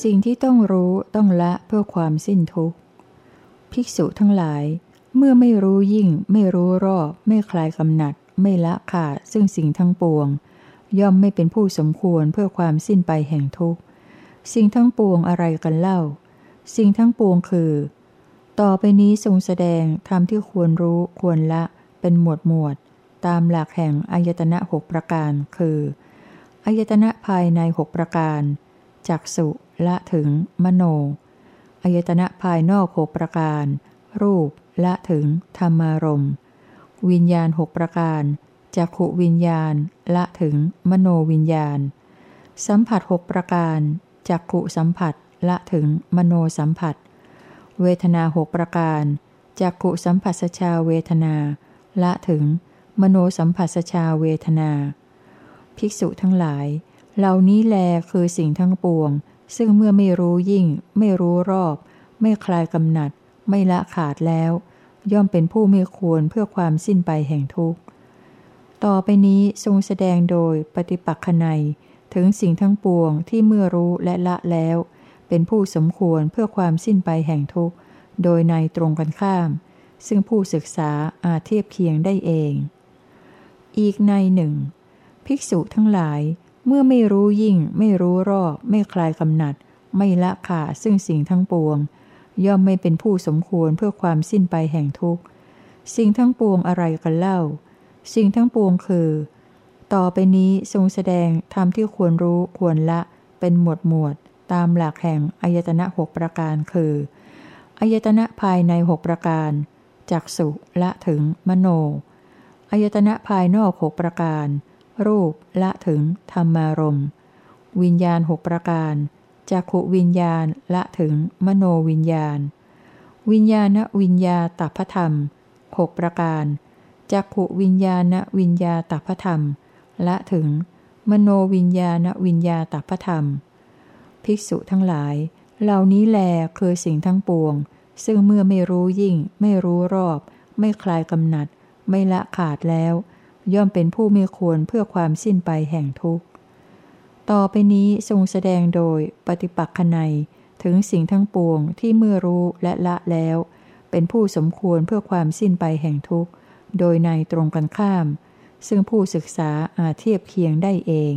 สิ่งที่ต้องรู้ต้องละเพื่อความสิ้นทุกข์ภิกษุทั้งหลายเมื่อไม่รู้ยิ่งไม่รู้รอบไม่คลายกำหนัดไม่ละขาดซึ่งสิ่งทั้งปวงย่อมไม่เป็นผู้สมควรเพื่อความสิ้นไปแห่งทุกข์สิ่งทั้งปวงอะไรกันเล่าสิ่งทั้งปวงคือต่อไปนี้ทรงแสดงธรรมที่ควรรู้ควรละเป็นหมวดหมวดตามหลักแห่งอายตนะ6ประการคืออายตนะภายใน6ประการจักษุละถึงมโนอายตนะภายนอก6ประการรูปละถึงธรรมารมณ์วิญญาณ6ประการจักขุวิญญาณละถึงมโนวิญญาณสัมผัส6ประการจักขุสัมผัสละถึงมโนสัมผัสเวทนา6ประการจักขุสัมผัสชาเวทนาละถึงมโนสัมผัสชาเวทนาภิกษุทั้งหลายเหล่านี้แลคือสิ่งทั้งปวงซึ่งเมื่อไม่รู้ยิ่งไม่รู้รอบไม่คลายกำหนัดไม่ละขาดแล้วย่อมเป็นผู้ไม่ควรเพื่อความสิ้นไปแห่งทุกข์ต่อไปนี้ทรงแสดงโดยปฏิปักขนัยถึงสิ่งทั้งปวงที่เมื่อรู้และละแล้วเป็นผู้สมควรเพื่อความสิ้นไปแห่งทุกข์โดยในตรงกันข้ามซึ่งผู้ศึกษาอาจเทียบเคียงได้เองอีกในหนึ่งภิกษุทั้งหลายเมื่อไม่รู้ยิ่งไม่รู้รอบไม่คลายกำหนัดไม่ละขาดซึ่งสิ่งทั้งปวงย่อมไม่เป็นผู้สมควรเพื่อความสิ้นไปแห่งทุกข์สิ่งทั้งปวงอะไรกันเล่าสิ่งทั้งปวงคือต่อไปนี้ทรงแสดงธรรมที่ควรรู้ควรละเป็นหมวดหมวดตามหลักแห่งอายตนะ6ประการคืออายตนะภายใน6ประการจักษุละถึงมโนอายตนะภายนอก6ประการรูปละถึงธรรมารมณ์วิญญาณ6ประการจักขุวิญญาณละถึงมโนวิญญาณวิญญาณวิญญาตพธรรม6ประการจักขุวิญญาณวิญญาตพธรรมละถึงมโนวิญญาณวิญญาตพธรรมภิกษุทั้งหลายเหล่านี้แลคือสิ่งทั้งปวงซึ่งเมื่อไม่รู้ยิ่งไม่รู้รอบไม่คลายกำหนัดไม่ละขาดแล้วย่อมเป็นผู้ไม่ควรเพื่อความสิ้นไปแห่งทุกข์ต่อไปนี้ทรงแสดงโดยปฏิปักขนัยถึงสิ่งทั้งปวงที่เมื่อรู้และละแล้วเป็นผู้สมควรเพื่อความสิ้นไปแห่งทุกข์โดยในตรงกันข้ามซึ่งผู้ศึกษาอาจเทียบเคียงได้เอง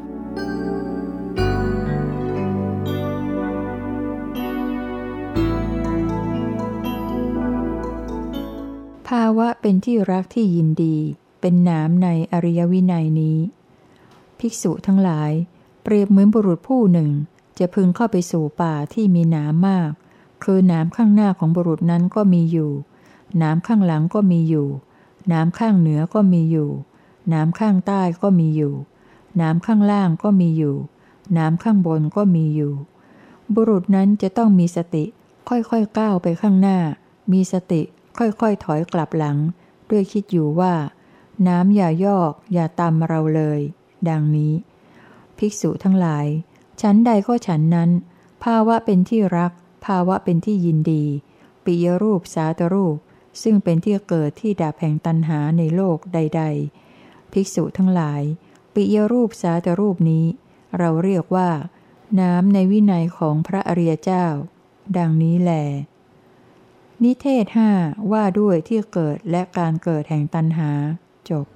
ภาวะเป็นที่รักที่ยินดีเป็นหนามในอริยวินัยนี้ภิกษุทั้งหลายเปรียบเหมือนบุรุษผู้หนึ่งจะพึงเข้าไปสู่ป่าที่มีหนามมากคือหนามข้างหน้าของบุรุษนั้นก็มีอยู่หนามข้างหลังก็มีอยู่หนามข้างเหนือก็มีอยู่หนามข้างใต้ก็มีอยู่หนามข้างล่างก็มีอยู่หนามข้างบนก็มีอยู่บุรุษนั้นจะต้องมีสติค่อยๆก้าวไปข้างหน้ามีสติค่อยๆถอยกลับหลังด้วยคิดอยู่ว่าน้ำอย่ายอกอย่าตามเราเลยดังนี้ภิกษุทั้งหลายฉันใดก็ฉันนั้นภาวะเป็นที่รักภาวะเป็นที่ยินดีปิยรูปสาตรูปซึ่งเป็นที่เกิดที่ดับแห่งตัณหาในโลกใดๆภิกษุทั้งหลายปิยรูปสาตรูปนี้เราเรียกว่าน้ำในวินัยของพระอริยเจ้าดังนี้แลนิเทศ5ว่าด้วยที่เกิดและการเกิดแห่งตัณหาจบ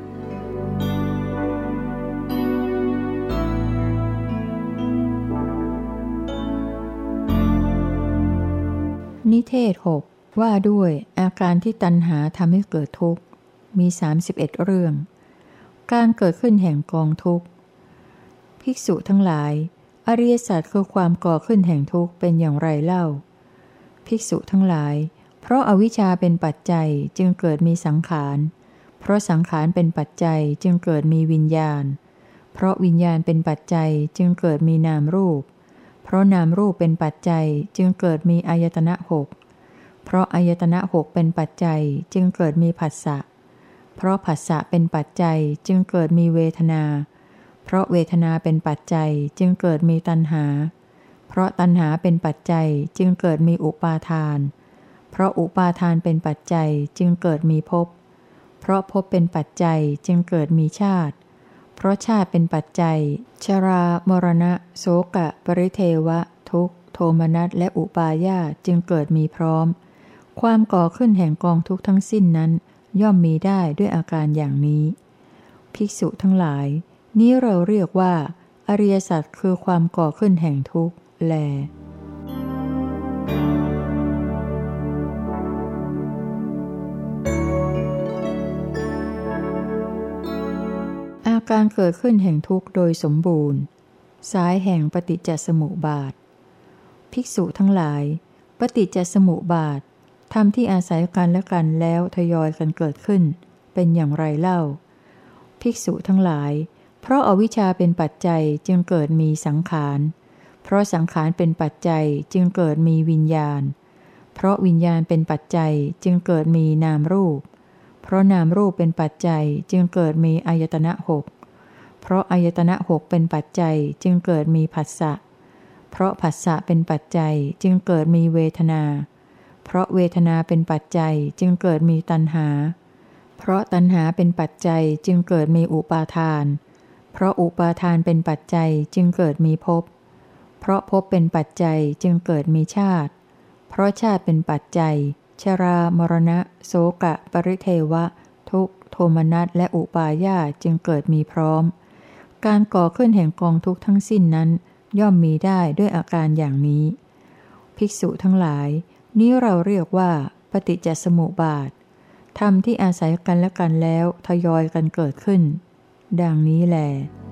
นิเทศ6ว่าด้วยอาการที่ตัณหาทำให้เกิดทุกข์มี31เรื่องการเกิดขึ้นแห่งกองทุกข์ภิกษุทั้งหลายอริยสัจคือความก่อขึ้นแห่งทุกข์เป็นอย่างไรเล่าภิกษุทั้งหลายเพราะอวิชชาเป็นปัจจัยจึงเกิดมีสังขารเพราะสังขารเป็นปัจจัยจึงเกิดมีวิญญาณเพราะวิญญาณเป็นปัจจัยจึงเกิดมีนามรูปเพราะนามรูปเป็นปัจจัยจึงเกิดมีอายตนะหกเพราะอายตนะหกเป็นปัจจัยจึงเกิดมีผัสสะเพราะผัสสะเป็นปัจจัยจึงเกิดมีเวทนาเพราะเวทนาเป็นปัจจัยจึงเกิดมีตัณหาเพราะตัณหาเป็นปัจจัยจึงเกิดมีอุปาทานเพราะอุปาทานเป็นปัจจัยจึงเกิดมีภพเพราะภพเป็นปัจจัยจึงเกิดมีชาติเพราะชาติเป็นปัจจัยชรามรณะโสกะปริเทวะทุกข์โทมนัสและอุปาญาสจึงเกิดมีพร้อมความก่อขึ้นแห่งกองทุกข์ทั้งสิ้นนั้นย่อมมีได้ด้วยอาการอย่างนี้ภิกษุทั้งหลายนี้เราเรียกว่าอริยสัจคือความก่อขึ้นแห่งทุกข์แลอาการเกิดขึ้นแห่งทุกข์โดยสมบูรณ์สายแห่งปฏิจจสมุปบาทภิกษุทั้งหลายปฏิจจสมุปบาทธรรมที่อาศัยกันและกันแล้วทยอยกันเกิดขึ้นเป็นอย่างไรเล่าภิกษุทั้งหลายเพราะอวิชชาเป็นปัจจัยจึงเกิดมีสังขารเพราะสังขารเป็นปัจจัยจึงเกิดมีวิญญาณเพราะวิญญาณเป็นปัจจัยจึงเกิดมีนามรูปเพราะนามรูปเป็นปัจจัยจึงเกิดมีอายตนะหกเพราะอายตนะหกเป็นปัจจัยจึงเกิดมีผัสสะเพราะผัสสะเป็นปัจจัยจึงเกิดมีเวทนาเพราะเวทนาเป็นปัจจัยจึงเกิดมีตัณหาเพราะตัณหาเป็นปัจจัยจึงเกิดมีอุปาทานเพราะอุปาทานเป็นปัจจัยจึงเกิดมีภพเพราะภพเป็นปัจจัยจึงเกิดมีชาติเพราะชาติเป็นปัจจัยชรามรณะโสกะปริเทวะทุกข์โทมนัสและอุปาญาสจึงเกิดมีพร้อมการก่อขึ้นแห่งกองทุกข์ทั้งสิ้นนั้นย่อมมีได้ด้วยอาการอย่างนี้ภิกษุทั้งหลายนี้เราเรียกว่าปฏิจจสมุปบาทธรรมที่อาศัยกันและกันแล้วทยอยกันเกิดขึ้นดังนี้แล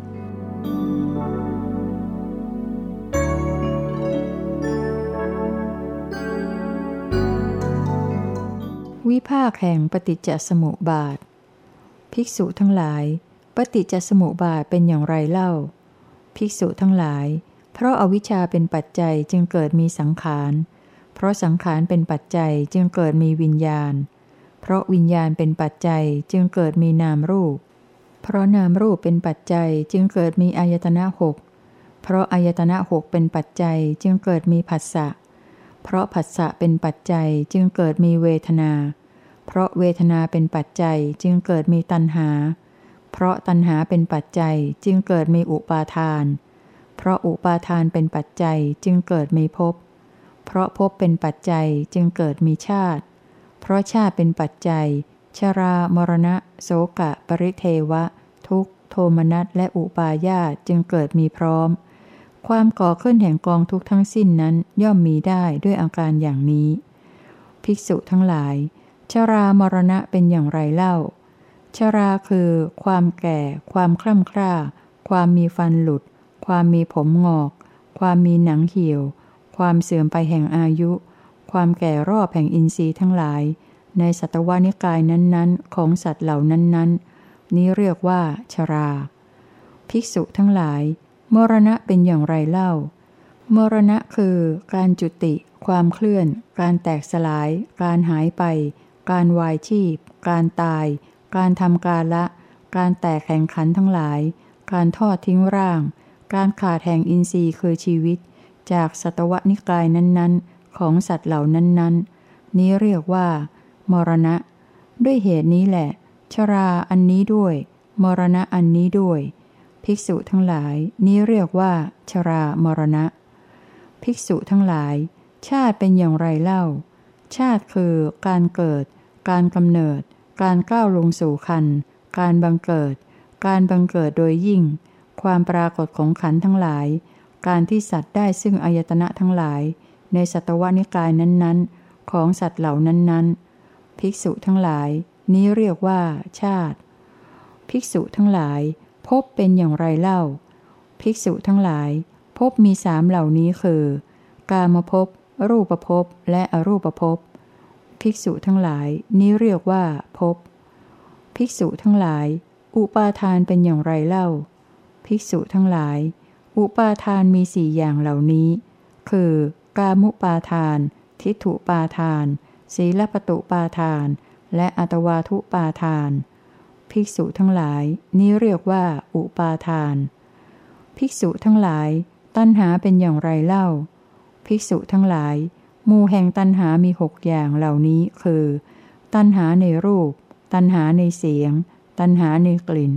วิภาคแห่งปฏิจจสมุปบาทภิกษุทั้งหลายปฏิจจสมุปบาทเป็นอย่างไรเล่าภิกษุทั้งหลายเพราะอวิชชาเป็นปัจจัยจึงเกิดมีสังขารเพราะสังขารเป็นปัจจัยจึงเกิดมีวิญญาณเพราะวิญญาณเป็นปัจจัยจึงเกิดมีนามรูปเพราะนามรูปเป็นปัจจัยจึงเกิดมีอายตนะหกเพราะอายตนะหกเป็นปัจจัยจึงเกิดมีผัสสะเพราะผัสสะเป็นปัจจัยจึงเกิดมีเวทนาเพราะเวทนาเป็นปัจจัยจึงเกิดมีตัณหาเพราะตัณหาเป็นปัจจัยจึงเกิดมีอุปาทานเพราะอุปาทานเป็นปัจจัยจึงเกิดมีภพเพราะภพเป็นปัจจัยจึงเกิดมีชาติเพราะชาติเป็นปัจจัยชรามรณะโสกะปริเทวะทุกข์โทมนัสและอุปาญาสจึงเกิดมีพร้อมความก่อขึ้นแห่งกองทุกข์ทั้งสิ้นนั้นย่อมมีได้ด้วยอาการอย่างนี้ภิกษุทั้งหลายชรามรณะเป็นอย่างไรเล่าชราคือความแก่ความคล่ำคร่าความมีฟันหลุดความมีผมงอกความมีหนังเหี่ยวความเสื่อมไปแห่งอายุความแก่รอบแห่งอินทรีย์ทั้งหลายในสัตวนิกายนั้นๆของสัตว์เหล่านั้นๆนี้เรียกว่าชราภิกษุทั้งหลายมรณะเป็นอย่างไรเล่ามรณะคือการจุติความเคลื่อนการแตกสลายการหายไปการวายชีพการตายการทำกาละการแตกแห่งขันธ์ทั้งหลายการทอดทิ้งร่างการขาดแห่งอินทรีย์คือชีวิตจากสัตวนิกายนั้นๆของสัตว์เหล่านั้นๆนี้เรียกว่ามรณะด้วยเหตุนี้แหละชราอันนี้ด้วยมรณะอันนี้ด้วยภิกษุทั้งหลายนี้เรียกว่าชรามรณะภิกษุทั้งหลายชาติเป็นอย่างไรเล่าชาติคือการเกิดการกำเนิดการก้าวลงสู่คันการบังเกิดการบังเกิดโดยยิ่งความปรากฏของขันธ์ทั้งหลายการที่สัตว์ได้ซึ่งอายตนะทั้งหลายในสัตวนิกายนั้นๆของสัตว์เหล่านั้นๆภิกษุทั้งหลายนี้เรียกว่าชาติภิกษุทั้งหลายภพเป็นอย่างไรเล่าภิกษุทั้งหลายภพมีสามเหล่านี้คือกามภพรูปภพและอรูปภพภิกษุทั้งหลายนี้เรียกว่าภพภิกษุทั้งหลายอุปาทานเป็นอย่างไรเล่าภิกษุทั้งหลายอุปาทานมีสี่อย่างเหล่านี้คือกามุปาทานทิฏฐุปาทานศีลปตุปาทานและอัตวาทุปาทานภิกษุทั้งหลายนี้เรียกว่าอุปาทานภิกษุทั้งหลายตัณหาเป็นอย่างไรเล่าภิกษุทั้งหลายหมู่แห่งตัณหามีหกอย่างเหล่านี้คือตัณหาในรูปตัณหาในเสียงตัณหาในกลิ่น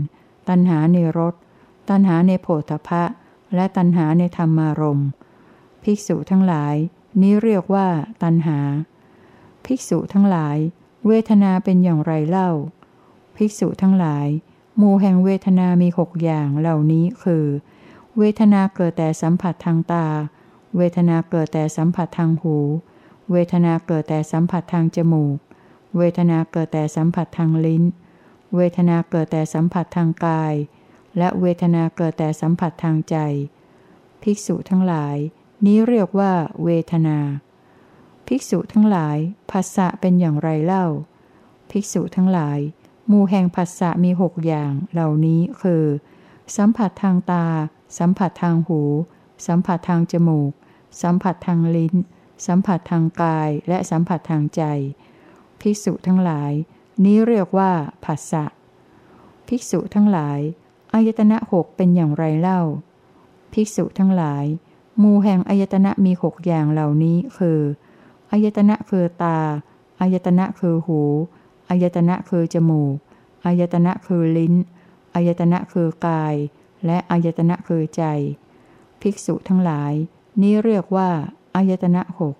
ตัณหาในรสตัณหาในโผฏฐัพพะและตัณหาในธรรมารมณ์ภิกษุทั้งหลายนี้เรียกว่าตัณหาภิกษุทั้งหลายเวทนาเป็นอย่างไรเล่าภิกษุทั้งหลายหมู่แห่งเวทนามี6อย่างเหล่านี้คือเวทนาเกิดแต่สัมผัสทางตาเวทนาเกิดแต่สัมผัสทางหูเวทนาเกิดแต่สัมผัสทางจมูกเวทนาเกิดแต่สัมผัสทางลิ้นเวทนาเกิดแต่สัมผัสทางกายและเวทนาเกิดแต่สัมผัสทางใจภิกษุทั้งหลายนี้เรียกว่าเวทนาภิกษุทั้งหลายผัสสะเป็นอย่างไรเล่าภิกษุทั้งหลายหมู่แห่งผัสสะมี6อย่างเหล่านี้คือสัมผัสทางตาสัมผัสทางหูสัมผัสทางจมูกสัมผัสทางลิ้นสัมผัสทางกายและสัมผัสทางใจภิกษุทั้งหลายนี้เรียกว่าผัสสะภิกษุทั้งหลายอายตนะ6เป็นอย่างไรเล่าภิกษุทั้งหลายหมู่แห่งอายตนะมี6อย่างเหล่านี้คืออายตนะคือตาอายตนะคือหูอายตนะคือจมูกอายตนะคือลิ้นอายตนะคือกายและอายตนะคือใจภิกษุทั้งหลายนี้เรียกว่าอายตนะ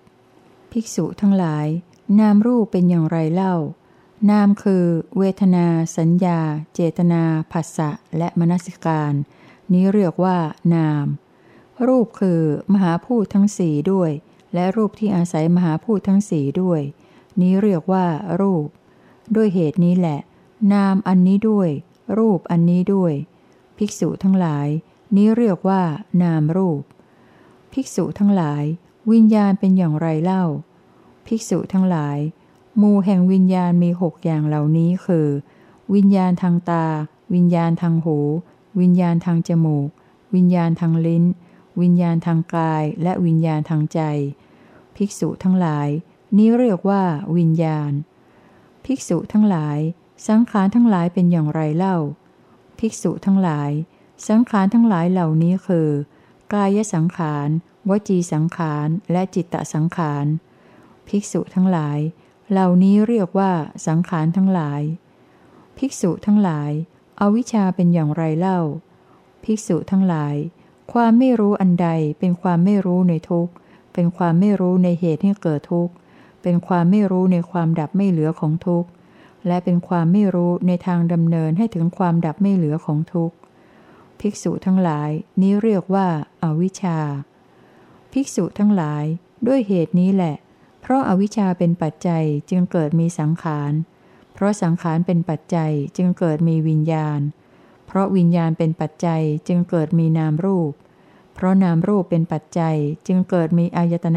6ภิกษุทั้งหลายนามรูปเป็นอย่างไรเล่านามคือเวทนาสัญญาเจตนาผัสสะและมนสิการนี้เรียกว่านามรูปคือมหาพูดทั้งสี่ด้วยและรูปที่อาศัยมหาพูดทั้งสี่ด้วยนี้เรียกว่ารูปด้วยเหตุนี้แหละนามอันนี้ด้วยรูปอันนี้ด้วยภิกษุทั้งหลายนี้เรียกว่านามรูปภิกษุทั้งหลายวิญญาณเป็นอย่างไรเล่าภิกษุทั้งหลายหมู่แห่งวิญญาณมี6อย่างเหล่านี้คือวิญญาณทางตาวิญญาณทางหูวิญญาณทางจมูกวิญญาณทางลิ้นวิญญาณทางกายและวิญญาณทางใจภิกษุทั้งหลายนี้เรียกว่าวิญญาณภิกษุทั้งหลายสังขารทั้งหลายเป็นอย่างไรเล่าภิกษุทั้งหลายสังขารทั้งหลายเหล่านี้คือกายสังขารวจีสังขารและจิตตสังขารภิกษุทั้งหลายเหล่านี้เรียกว่าสังขารทั้งหลายภิกษุทั้งหลายอวิชชาเป็นอย่างไรเล่าภิกษุทั้งหลายความไม่รู้อันใดเป็นความไม่รู้ในทุกข์เป็นความไม่รู้ในเหตุให้เกิดทุกข์เป็นความไม่รู้ในความดับไม่เหลือของทุกข์และเป็นความไม่รู้ในทางดำเนินให้ถึงความดับไม่เหลือของทุกข์ภิกษุทั้งหลายนี้เรียกว่าอวิชชาภิกษุทั้งหลายด้วยเหตุนี้แหละเพราะอาวิชชาเป็นปัจจัยจึงเกิดมีสังขารเพราะสังขารเป็นปัจจัยจึงเกิดมีวิญญาณเพราะวิญญาณเป็นปัจจัยจึงเกิดมีนามรูปเพราะนามรูปเป็นปัจจัยจึงเกิดมีอายตนะ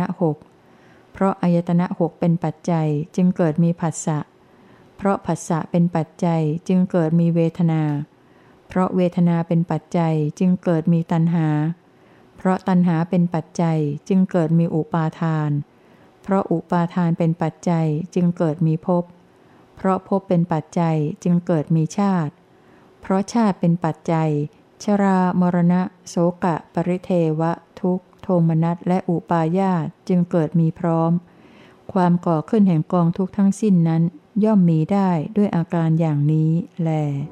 6เพราะอายตนะ6เป็นปัจจัยจึงเกิดมีผัสสะเพราะผัสสะเป็นปัจจัยจึงเกิดมีเวทนาเพราะเวทนาเป็นปัจจัยจึงเกิดมีตัณหาเพราะตัณหาเป็นปัจจัยจึงเกิดมีอุปาทานเพราะอุปาทานเป็นปัจจัยจึงเกิดมีภพเพราะภพเป็นปัจจัยจึงเกิดมีชาติเพราะชาติเป็นปัจจัยชรามรณะโสกะปริเทวะทุกขโทมนัสและอุปาญาสจึงเกิดมีพร้อมความก่อขึ้นแห่งกองทุกข์ทั้งสิ้นนั้นย่อมมีได้ด้วยอาการอย่างนี้แล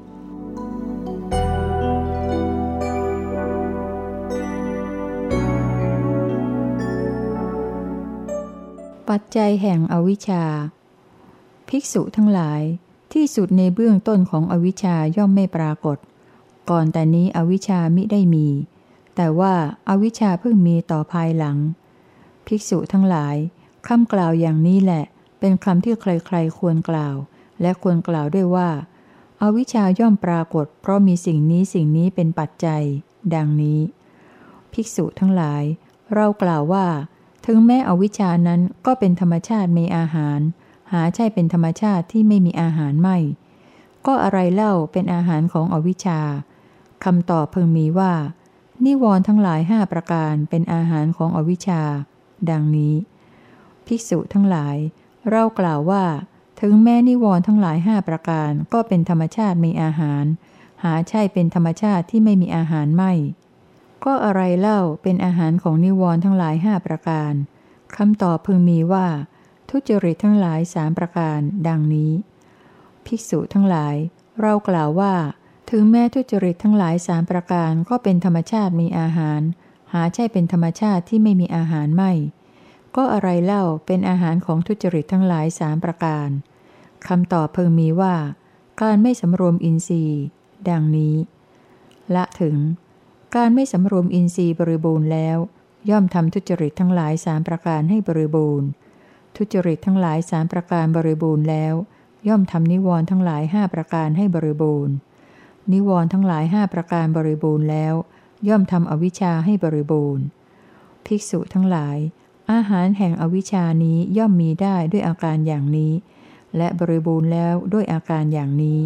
ปัจจัยแห่งอวิชชาภิกษุทั้งหลายที่สุดในเบื้องต้นของอวิชชาย่อมไม่ปรากฏก่อนแต่นี้อวิชชามิได้มีแต่ว่าอวิชชาเพิ่งมีต่อภายหลังภิกษุทั้งหลายคำกล่าวอย่างนี้แหละเป็นคำที่ใครๆควรกล่าวและควรกล่าวด้วยว่าอวิชชาย่อมปรากฏเพราะมีสิ่งนี้เป็นปัจจัยดังนี้ภิกษุทั้งหลายเรากล่าวว่าถึงแม้อวิชชานั้นก็เป็นธรรมชาติมีอาหารหาใช่เป็นธรรมชาติที่ไม่มีอาหารไม่ก็อะไรเล่าเป็นอาหารของอวิชชาคำตอบเพิ่งมีว่านิวรณ์ทั้งหลาย5ประการเป็นอาหารของอวิชชาดังนี้ภิกษุทั้งหลายเรากล่าวว่าถึงแม้นิวรณ์ทั้งหลาย5ประการก็เป็นธรรมชาติมีอาหารหาใช่เป็นธรรมชาติที่ไม่มีอาหารไม่ก็อะไรเล่าเป็นอาหารของนิวรณ์ทั้งหลาย5ประการคำตอบพึงมีว่าทุจริตทั้งหลาย3ประการดังนี้ภิกษุทั้งหลายเรากล่าวว่าถึงแม้ทุจริตทั้งหลายสามประการก็เป็นธรรมชาติมีอาหารหาใช่เป็นธรรมชาติที่ไม่มีอาหารไม่ก็อะไรเล่าเป็นอาหารของทุจริตทั้งหลายสามประการคำตอบเพิ่งมีว่าการไม่สำรวมอินทรีย์ดังนี้ละถึงการไม่สำรวมอินทรีย์บริบูรณ์แล้วย่อมทำทุจริตทั้งหลายสามประการให้บริบูรณ์ทุจริตทั้งหลายสามประการบริบูรณ์แล้วย่อมทำนิวรณ์ทั้งหลายห้าประการให้บริบูรณ์นิวรณ์ทั้งหลายห้าประการบริบูรณ์แล้วย่อมทำอวิชชาให้บริบูรณ์ภิกษุทั้งหลายอาหารแห่งอวิชชานี้ย่อมมีได้ด้วยอาการอย่างนี้และบริบูรณ์แล้วด้วยอาการอย่างนี้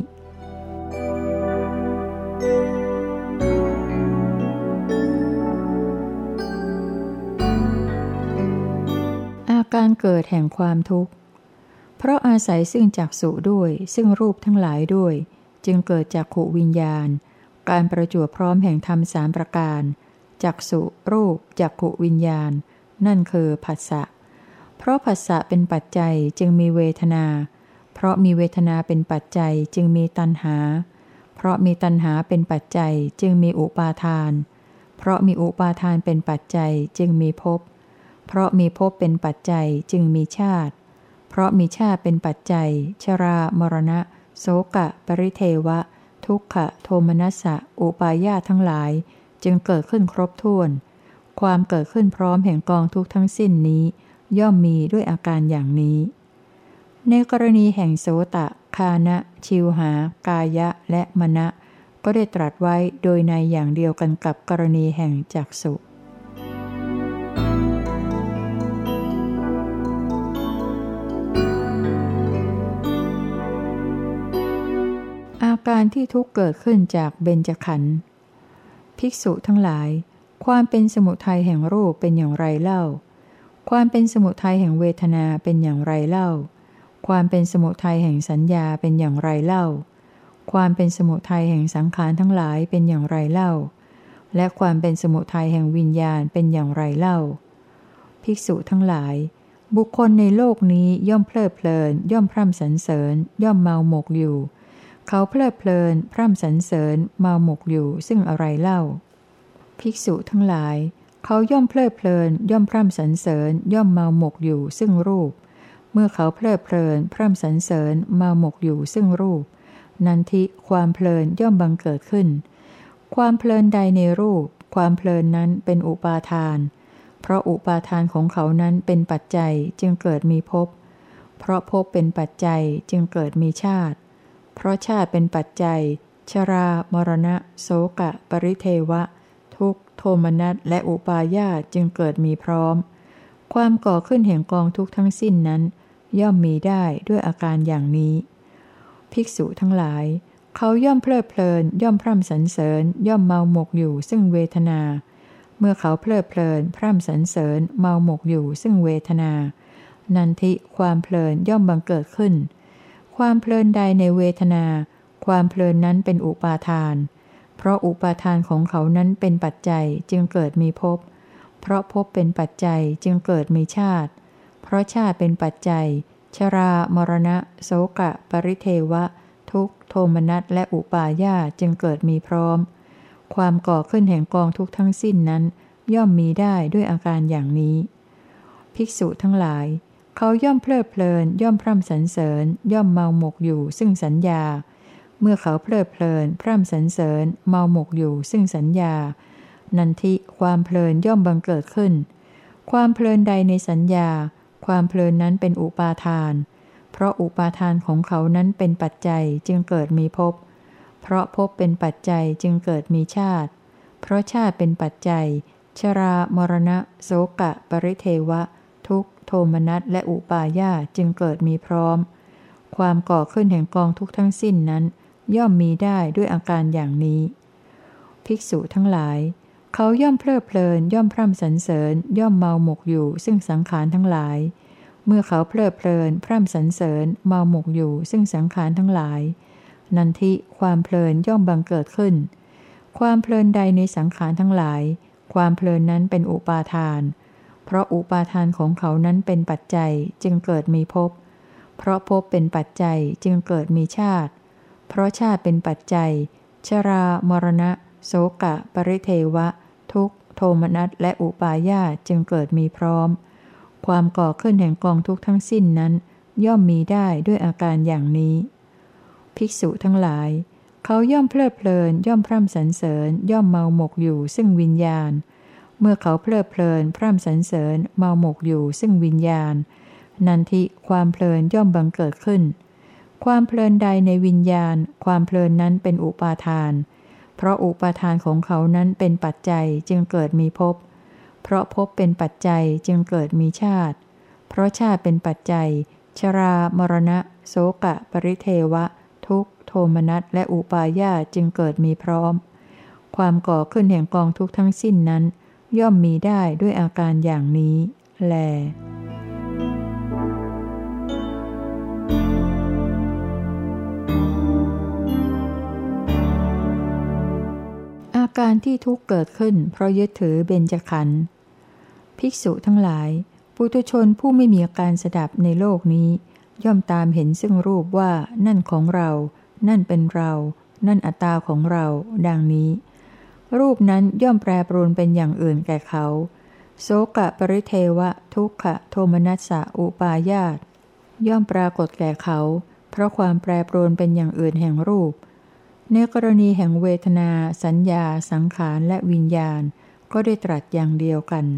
อาการเกิดแห่งความทุกข์เพราะอาศัยซึ่งจักษุด้วยซึ่งรูปทั้งหลายด้วยจึงเกิดจักขุวิญญาณการประจวบพร้อมแห่งธรรมสามประการจักษุรูปจักขุวิญญาณนั่นคือผัสสะเพราะผัสสะเป็นปัจจัยจึงมีเวทนาเพราะมีเวทนาเป็นปัจจัยจึงมีตัณหาเพราะมีตัณหาเป็นปัจจัยจึงมีอุปาทานเพราะมีอุปาทานเป็นปัจจัยจึงมีภพเพราะมีภพเป็นปัจจัยจึงมีชาติเพราะมีชาติเป็นปัจจัยชรามรณะโสกะปริเทวะทุกขะโทมนัสสะอุปาญาตทั้งหลายจึงเกิดขึ้นครบถ้วนความเกิดขึ้นพร้อมแห่งกองทุกข์ทั้งสิ้นนี้ย่อมมีด้วยอาการอย่างนี้ในกรณีแห่งโสตะคานะชิวหากายะและมนะก็ได้ตรัสไว้โดยในอย่างเดียวกันกับกรณีแห่งจักษุอาการที่ทุกข์เกิดขึ้นจากเบญจขันธ์ภิกษุทั้งหลายความเป็นสมุทัยแห่งรูปเป็นอย่างไรเล่าความเป็นสมุทัยแห่งเวทนาเป็นอย่างไรเล่าความเป็นสมุทัยแห่งสัญญาเป็นอย่างไรเล่าความเป็นสมุทัยแห่งสังขารทั้งหลายเป็นอย่างไรเล่าและความเป็นสมุทัยแห่งวิญญาณเป็นอย่างไรเล่าภิกษุทั้งหลายบุคคลในโลกนี้ย่อมเพลิดเพลินย่อมพร่ำสรรเสริญย่อมเมาหมกอยู่เขาเพลิดเพลินพร่ำสรรเสริญเมาหมกอยู่ซึ่งอะไรเล่าภิกษุทั้งหลายเขาย่อมเพลิดเพลินย่อมพร่ำสรรเสริญย่อมเมาหมกอยู่ซึ่งรูปเมื่อเขาเพลิดเพลินพร่ำสรรเสริญเมาหมกอยู่ซึ่งรูปนันทิความเพลินย่อมบังเกิดขึ้นความเพลินใดในรูปความเพลินนั้นเป็นอุปาทานเพราะอุปาทานของเขานั้นเป็นปัจจัยจึงเกิดมีภพเพราะภพเป็นปัจจัยจึงเกิดมีชาติเพราะชาติเป็นปัจจัยชรามรณะโสกะปริเทวะทุกขโทมนัสและอุปาญาตจึงเกิดมีพร้อมความก่อขึ้นแห่งกองทุกข์ทั้งสิ้นนั้นย่อมมีได้ด้วยอาการอย่างนี้ภิกษุทั้งหลายเขาย่อมเพลิดเพลินย่อมพร่ำสรรเสริญย่อมเมาหมกอยู่ซึ่งเวทนาเมื่อเขาเพลิดเพลินพร่ำสรรเสริญเมาหมกอยู่ซึ่งเวทนานันทิความเพลินย่อมบังเกิดขึ้นความเพลินใดในเวทนาความเพลินนั้นเป็นอุปาทานเพราะอุปาทานของเขานั้นเป็นปัจจัยจึงเกิดมีภพเพราะภพเป็นปัจจัยจึงเกิดมีชาติเพราะชาติเป็นปัจจัยชรามรณะโสกะปริเทวะทุกขโทมนัสและอุปาญาตจึงเกิดมีพร้อมความก่อขึ้นแห่งกองทุกข์ทั้งสิ้นนั้นย่อมมีได้ด้วยอาการอย่างนี้ภิกษุทั้งหลายเขาย่อมเพลิดเพลินย่อมพร่ำสรรเสริญย่อมเมาหมกอยู่ซึ่งสัญญาเมื่อเขาเพลิดเพลินพร่ำสรรเสริญเมาหมกอยู่ซึ่งสัญญานันทิความเพลินย่อมบังเกิดขึ้นความเพลินใดในสัญญาความเพลินนั้นเป็นอุปาทานเพราะอุปาทานของเขานั้นเป็นปัจจัยจึงเกิดมีภพเพราะภพเป็นปัจจัยจึงเกิดมีชาติเพราะชาติเป็นปัจจัยชรามรณะโสกะปริเทวะทุกขโทมนัสและอุปาญาตจึงเกิดมีพร้อมความก่อขึ้นแห่งกองทุกข์ทั้งสิ้นนั้นย่อมมีได้ด้วยอาการอย่างนี้ภิกษุทั้งหลายเขาย่อมเพลิดเพลินย่อมพร่ำสรรเสริญย่อมเมาหมกอยู่ซึ่งสังขารทั้งหลายเมื่อเขาเพลิดเพลินพร่ำสรรเสริญเมาหมกอยู่ซึ่งสังขารทั้งหลายนันทิความเพลินย่อมบังเกิดขึ้นความเพลินใดในสังขารทั้งหลายความเพลินนั้นเป็นอุปาทานเพราะอุปาทานของเขานั้นเป็นปัจจัยจึงเกิดมีภพเพราะภพเป็นปัจจัยจึงเกิดมีชาติเพราะชาติเป็นปัจจัยชชรามรณะโศกะปริเทวะทุกข์โทมนัสและอุปาญาสจึงเกิดมีพร้อมความก่อขึ้นแห่งกองทุกข์ทั้งสิ้นนั้นย่อมมีได้ด้วยอาการอย่างนี้ภิกษุทั้งหลายเขาย่อมเพลิดเพลินย่อมพร่ำสรรเสริญย่อมเมาหมกอยู่ซึ่งวิญญาณเมื่อเขาเพลิดเพลินพร่ำสรรเสริญเมาหมกอยู่ซึ่งวิญญาณนันทิความเพลินย่อมบังเกิดขึ้นความเพลินใดในวิญญาณความเพลินนั้นเป็นอุปาทานเพราะอุปาทานของเขานั้นเป็นปัจจัยจึงเกิดมีภพเพราะภพเป็นปัจจัยจึงเกิดมีชาติเพราะชาติเป็นปัจจัยชรามรณะโศกะปริเทวะทุกข์โทมนัสและอุปาญาสจึงเกิดมีพร้อมความก่อขึ้นแห่งกองทุกข์ทั้งสิ้นนั้นย่อมมีได้ด้วยอาการอย่างนี้แลอาการที่ทุกข์เกิดขึ้นเพราะยึดถือเบญจขันธ์ภิกษุทั้งหลายปุถุชนผู้ไม่มีอาการสดับในโลกนี้ย่อมตามเห็นซึ่งรูปว่านั่นของเรานั่นเป็นเรานั่นอัตตาของเราดังนี้รูปนั้นย่อมแปรปรวนเป็นอย่างอื่นแก่เขาโสกะปริเทวะทุกขะโทมนัสสะอุปาญาสย่อมปรากฏแก่เขาเพราะความแปรปรวนเป็นอย่างอื่นแห่งรูปในกรณีแห่งเวทนาสัญญาสังขารและวิญญาณก็ได้ตรัสอย่างเดียวกัน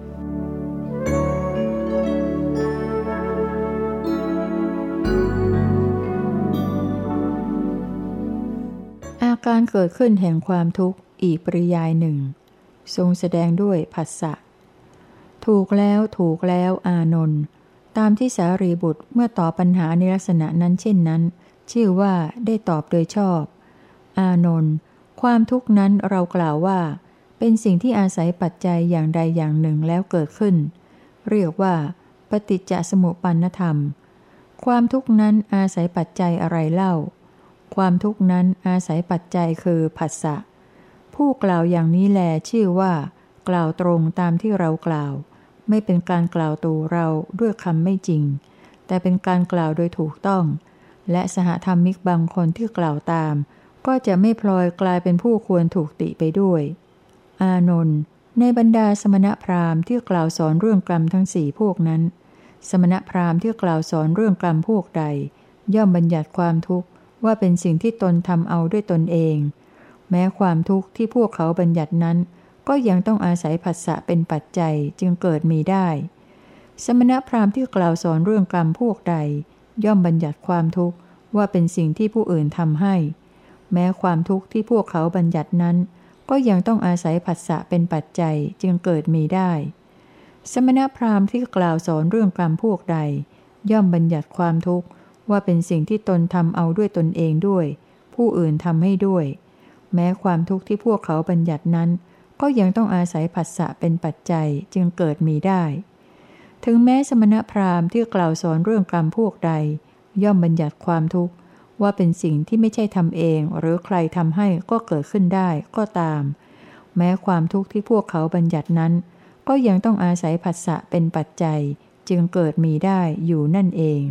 อาการเกิดขึ้นแห่งความทุกข์อีกปริยายหนึ่งทรงแสดงด้วยผัสสะถูกแล้วถูกแล้วอานนท์ตามที่สารีบุตรเมื่อตอบปัญหาในลักษณะนั้นเช่นนั้นชื่อว่าได้ตอบโดยชอบอานนท์ความทุกข์นั้นเรากล่าวว่าเป็นสิ่งที่อาศัยปัจจัยอย่างใดอย่างหนึ่งแล้วเกิดขึ้นเรียกว่าปฏิจจสมุปปนธรรมความทุกข์นั้นอาศัยปัจจัยอะไรเล่าความทุกข์นั้นอาศัยปัจจัยคือผัสสะผู้กล่าวอย่างนี้แลชื่อว่ากล่าวตรงตามที่เรากล่าวไม่เป็นการกล่าวตูเราด้วยคำไม่จริงแต่เป็นการกล่าวโดยถูกต้องและสหธรรมิกบางคนที่กล่าวตามก็จะไม่พลอยกลายเป็นผู้ควรถูกติไปด้วยอานนท์ในบรรดาสมณพราหมณ์ที่กล่าวสอนเรื่องกรรมทั้งสี่พวกนั้นสมณพราหมณ์ที่กล่าวสอนเรื่องกรรมพวกใดย่อมบัญญัติความทุกข์ว่าเป็นสิ่งที่ตนทำเอาด้วยตนเองแม้ความทุกข์ที่พวกเขาบัญญัตินั้นก็ยังต้องอาศัยผัสสะเป็นปัจจัยจึงเกิดมีได้สมณพราหมณ์ที่กล่าวสอนเรื่องกรรมพวกใดย่อมบัญญัติความทุกข์ว่าเป็นสิ่งที่ผู้อื่นทำให้แม้ความทุกข์ที่พวกเขาบัญญัตินั้นก็ยังต้องอาศัยผัสสะเป็นปัจจัยจึงเกิดมีได้สมณพราหมณ์ที่กล่าวสอนเรื่องกรรมพวกใดย่อมบัญญัติความทุกข์ว่าเป็นสิ่งที่ตนทำเอาด้วยตนเองด้วยผู้อื่นทำให้ด้วยแม้ความทุกข์ที่พวกเขาบัญญัตินั้นก็ยังต้องอาศัยผัสสะเป็นปัจจัยจึงเกิดมีได้ถึงแม้สมณพราหมณ์ที่กล่าวสอนเรื่องกรรมพวกใดย่อมบัญญัติความทุกข์ว่าเป็นสิ่งที่ไม่ใช่ทำเองหรือใครทำให้ก็เกิดขึ้นได้ก็ตามแม้ความทุกข์ที่พวกเขาบัญญัตินั้นก็ยังต้องอาศัยผัสสะเป็นปัจจัยจึงเกิดมีได้อยู่นั่นเอง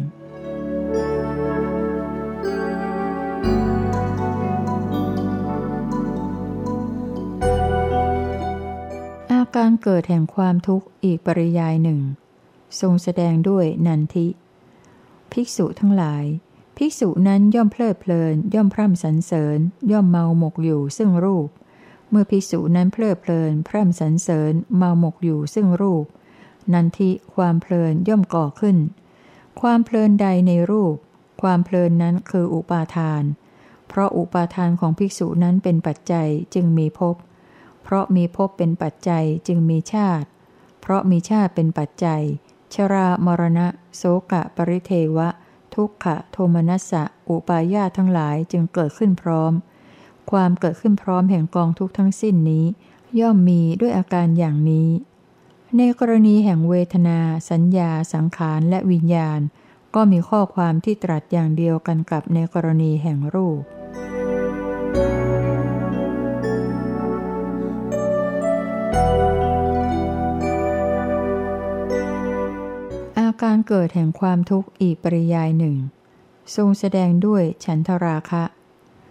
อาการเกิดแห่งความทุกข์อีกปริยายหนึ่งทรงแสดงด้วยนันทิภิกษุทั้งหลายภิกษุนั้นย่อมเพลิดเพลินย่อมพร่ำสรรเสริญย่อมเมาหมกอยู่ซึ่งรูปเมื่อภิกษุนั้นเพลิดเพลินพร่ำสรรเสริญเมาหมกอยู่ซึ่งรูปนันทิความเพลินย่อมก่อขึ้นความเพลินใดในรูปความเพลินนั้นคืออุปาทานเพราะอุปาทานของภิกษุนั้นเป็นปัจจัยจึงมีภพเพราะมีภพเป็นปัจจัยจึงมีชาติเพราะมีชาติเป็นปัจจัยชรามรณะโศกะปริเทวะทุกขะโทมนัสสะอุปาญาสทั้งหลายจึงเกิดขึ้นพร้อมความเกิดขึ้นพร้อมแห่งกองทุกข์ทั้งสิ้นนี้ย่อมมีด้วยอาการอย่างนี้ในกรณีแห่งเวทนาสัญญาสังขารและวิญญาณก็มีข้อความที่ตรัสอย่างเดียวกันกับในกรณีแห่งรูปอาการเกิดแห่งความทุกข์อีกปริยายหนึ่งทรงแสดงด้วยฉันทราคะ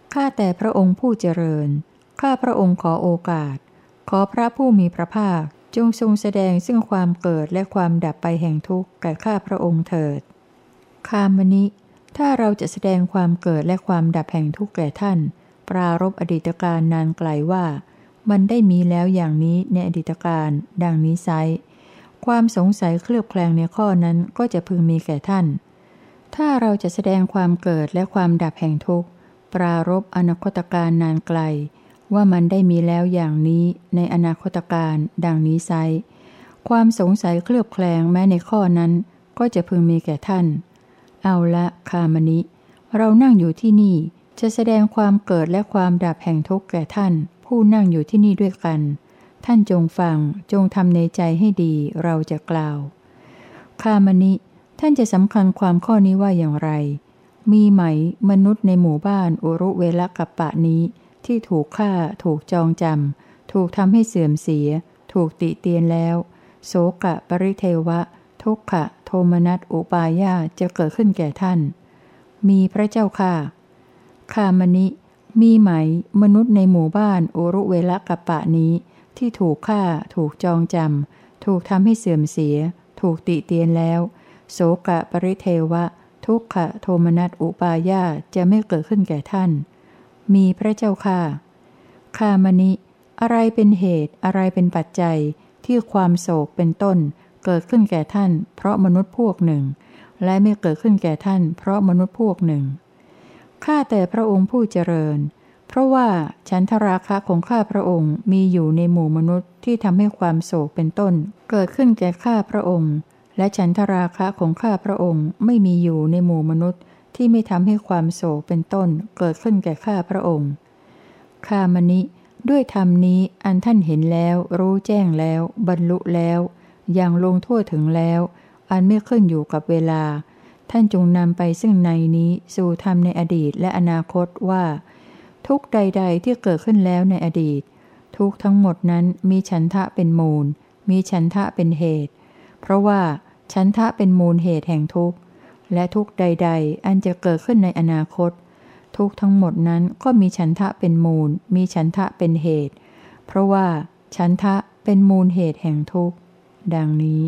ข้าแต่พระองค์ผู้เจริญข้าพระองค์ขอโอกาสขอพระผู้มีพระภาคจงทรงแสดงซึ่งความเกิดและความดับไปแห่งทุกข์แก่ข้าพระองค์เถิดคามนิถ้าเราจะแสดงความเกิดและความดับแห่งทุกข์แก่ท่านปรารภอดีตการนานไกลว่ามันได้มีแล้วอย่างนี้ในอดีตการดังนี้ไซร้ความสงสัยเคลือบแคลงในข้อนั้นก็จะพึงมีแก่ท่านถ้าเราจะแสดงความเกิดและความดับแห่งทุกข์ปรารภอนาคตการนานไกลว่ามันได้มีแล้วอย่างนี้ในอนาคตการดังนี้ไซร้ความสงสัยเคลือบแคลงแม้ในข้อนั้นก็จะพึงมีแก่ท่านเอาละคามนิเรานั่งอยู่ที่นี่จะแสดงความเกิดและความดับแห่งทุกข์แก่ท่านผู้นั่งอยู่ที่นี่ด้วยกันท่านจงฟังจงทำในใจให้ดีเราจะกล่าวคามนิท่านจะสำคัญความข้อนี้ว่าอย่างไรมีไหมมนุษย์ในหมู่บ้านอุรุเวลกัปปะนี้ที่ถูกฆ่าถูกจองจำถูกทำให้เสื่อมเสียถูกติเตียนแล้วโสกะปริเทวะทุกขะโทมนัสอุปายาจะเกิดขึ้นแก่ท่านมีพระเจ้าค่ะคามนิมีไหมมนุษย์ในหมู่บ้านอุรุเวลกัปปะนี้ที่ถูกฆ่าถูกจองจำถูกทำให้เสื่อมเสียถูกติเตียนแล้วโสกะปริเทวะทุกขะโทมนัสอุปายาจะไม่เกิดขึ้นแก่ท่านมีพระเจ้าค่ะคามนิอะไรเป็นเหตุอะไรเป็นปัจจัยที่ความโศกเป็นต้นเกิดขึ้นแก่ท่านเพราะมนุษย์พวกหนึ่งและไม่เกิดขึ้นแก่ท่านเพราะมนุษย์พวกหนึ่งข้าแต่พระองค์ผู้เจริญเพราะว่าฉันทราคะของข้าพระองค์มีอยู่ในหมู่มนุษย์ที่ทำให้ความโศกเป็นต้นเกิดขึ้นแก่ข้าพระองค์และฉันทราคะของข้าพระองค์ไม่มีอยู่ในหมู่มนุษย์ที่ไม่ทำให้ความโศกเป็นต้นเกิดขึ้นแก่ข้าพระองค์คามนิด้วยธรรมนี้อันท่านเห็นแล้วรู้แจ้งแล้วบรรลุแล้วอย่างลงทั่วถึงแล้วอันไม่ขึ้นอยู่กับเวลาท่านจงนำไปซึ่งในนี้สู่ธรรมในอดีตและอนาคตว่าทุกใดๆที่เกิดขึ้นแล้วในอดีตทุกทั้งหมดนั้นมีฉันทะเป็นมูลมีฉันทะเป็นเหตุเพราะว่าฉันทะเป็นมูลเหตุแห่งทุกข์และทุกใดๆอันจะเกิดขึ้นในอนาคตทุกทั้งหมดนั้นก็มีฉันทะเป็นมูลมีฉันทะเป็นเหตุเพราะว่าฉันทะเป็นมูลเหตุแห่งทุกข์ดังนี้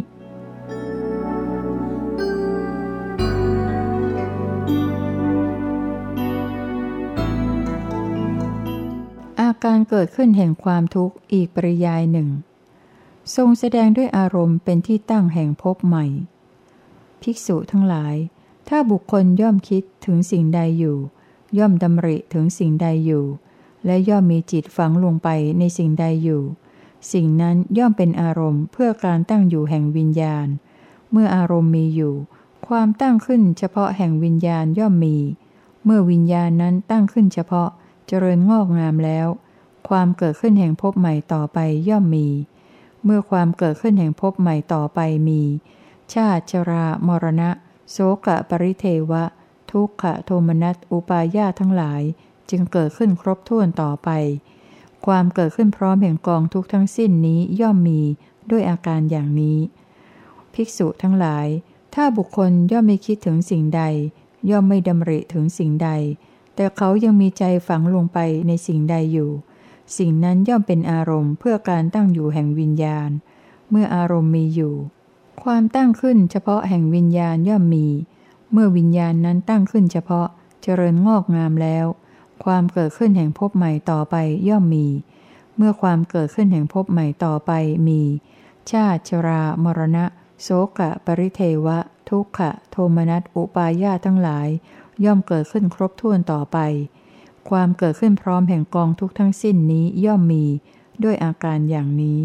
อาการเกิดขึ้นแห่งความทุกข์อีกปริยายหนึ่งทรงแสดงด้วยอารมณ์เป็นที่ตั้งแห่งภพใหม่ภิกษุทั้งหลายถ้าบุคคลย่อมคิดถึงสิ่งใดอยู่ย่อมดำริถึงสิ่งใดอยู่และย่อมมีจิตฝังลงไปในสิ่งใดอยู่สิ่งนั้นย่อมเป็นอารมณ์เพื่อการตั้งอยู่แห่งวิญญาณเมื่ออารมณ์มีอยู่ความตั้งขึ้นเฉพาะแห่งวิญญาณย่อมมีเมื่อวิญญาณนั้นตั้งขึ้นเฉพาะเจริญงอกงามแล้วความเกิดขึ้นแห่งภพใหม่ต่อไปย่อมมีเมื่อความเกิดขึ้นแห่งภพใหม่ต่อไปมีชาติชรามรณะโสกะปริเทวะทุกขะโทมนัสอุปายาทั้งหลายจึงเกิดขึ้นครบถ้วนต่อไปความเกิดขึ้นพร้อมแห่งกองทุกทั้งสิ้นนี้ย่อมมีด้วยอาการอย่างนี้ภิกษุทั้งหลายถ้าบุคคลย่อมไม่คิดถึงสิ่งใดย่อมไม่ดำริถึงสิ่งใดแต่เขายังมีใจฝังลงไปในสิ่งใดอยู่สิ่งนั้นย่อมเป็นอารมณ์เพื่อการตั้งอยู่แห่งวิญญาณเมื่ออารมณ์มีอยู่ความตั้งขึ้นเฉพาะแห่งวิญญาณย่อมมีเมื่อวิญญาณนั้นตั้งขึ้นเฉพาะเจริญงอกงามแล้วความเกิดขึ้นแห่งภพใหม่ต่อไปย่อมมีเมื่อความเกิดขึ้นแห่งภพใหม่ต่อไปมีชาติชรามรณะโสกะปริเทวะทุกขะโทมนัสอุปายาทั้งหลายย่อมเกิดขึ้นครบถ้วนต่อไปความเกิดขึ้นพร้อมแห่งกองทุกทั้งสิ้นนี้ย่อมมีด้วยอาการอย่างนี้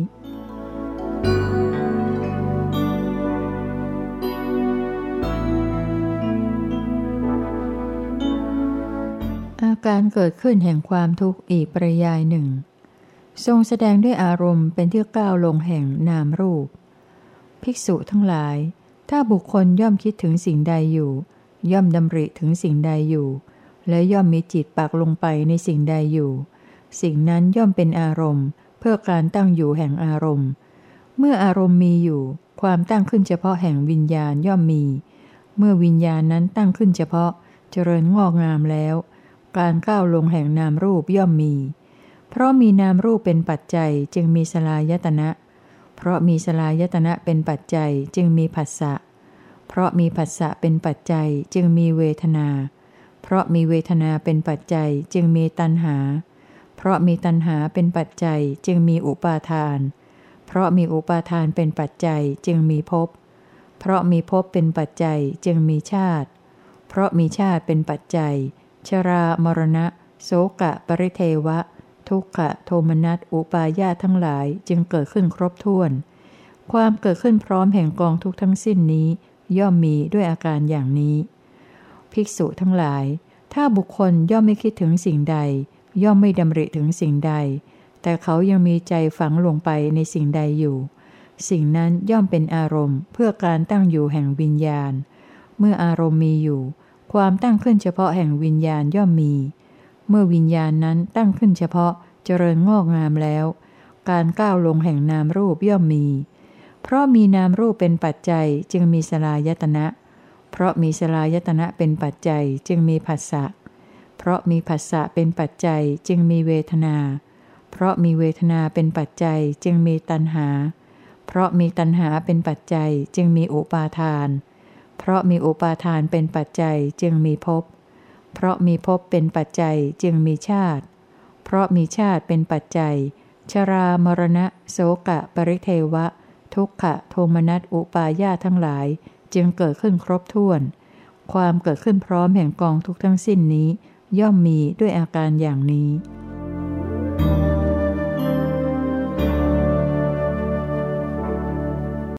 อาการเกิดขึ้นแห่งความทุกข์อีกปริยายหนึ่งทรงแสดงด้วยอารมณ์เป็นที่ก้าวลงแห่งนามรูปภิกษุทั้งหลายถ้าบุคคลย่อมคิดถึงสิ่งใดอยู่ย่อมดำริถึงสิ่งใดอยู่และย่อมมีจิตปักลงไปในสิ่งใดอยู่สิ่งนั้นย่อมเป็นอารมณ์เพื่อการตั้งอยู่แห่งอารมณ์เมื่ออารมณ์มีอยู่ความตั้งขึ้นเฉพาะแห่งวิญญาณย่อมมีเมื่อวิญญาณนั้นตั้งขึ้นเฉพาะเจริญงอกงามแล้วการก้าวลงแห่งนามรูปย่อมมี เพราะมีนามรูปเป็นปัจจัยจึงมีสลายตนะ เพราะมีสลายตนะเป็นปัจจัยจึงมีผัสสะ เพราะมีผัสสะเป็นปัจจัยจึงมีเวทนา เพราะมีเวทนาเป็นปัจจัยจึงมีตัณหา เพราะมีตัณหาเป็นปัจจัยจึงมีอุปาทาน เพราะมีอุปาทานเป็นปัจจัยจึงมีภพ เพราะมีภพเป็นปัจจัยจึงมีชาติ เพราะมีชาติเป็นปัจจัยชรามรณะโสกะปริเทวะทุกขะโทมนัสอุปาญาตทั้งหลายจึงเกิดขึ้นครบถ้วน ความเกิดขึ้นพร้อมแห่งกองทุกข์ทั้งสิ้นนี้ย่อมมีด้วยอาการอย่างนี้ ภิกษุทั้งหลายถ้าบุคคลย่อมไม่คิดถึงสิ่งใดย่อมไม่ดำริถึงสิ่งใดแต่เขายังมีใจฝังลงไปในสิ่งใดอยู่สิ่งนั้นย่อมเป็นอารมณ์เพื่อการตั้งอยู่แห่งวิญญาณเมื่ออารมณ์มีอยู่ความตั้งขึ้นเฉพาะแห่งวิญญาณย่อมมีเมื่อวิญญาณนั้นตั้งขึ้นเฉพาะเจริญงอกงามแล้วการก้าวลงแห่งนามรูปย่อมมีเพราะมีนามรูปเป็นปัจจัยจึงมีสลายตนะเพราะมีสลายตนะเป็นปัจจัยจึงมีผัสสะเพราะมีผัสสะเป็นปัจจัยจึงมีเวทนาเพราะมีเวทนาเป็นปัจจัยจึงมีตัณหาเพราะมีตัณหาเป็นปัจจัยจึงมีอุปาทานเพราะมีอุปาทานเป็นปัจจัยจึงมีภพเพราะมีภพเป็นปัจจัยจึงมีชาติเพราะมีชาติเป็นปัจจัยชรามรณะโสกะปริเทวะทุกขะโทมนัสอุปาญาตทั้งหลายจึงเกิดขึ้นครบถ้วนความเกิดขึ้นพร้อมแห่งกองทุกข์ทั้งสิ้นนี้ย่อมมีด้วยอาการอย่างนี้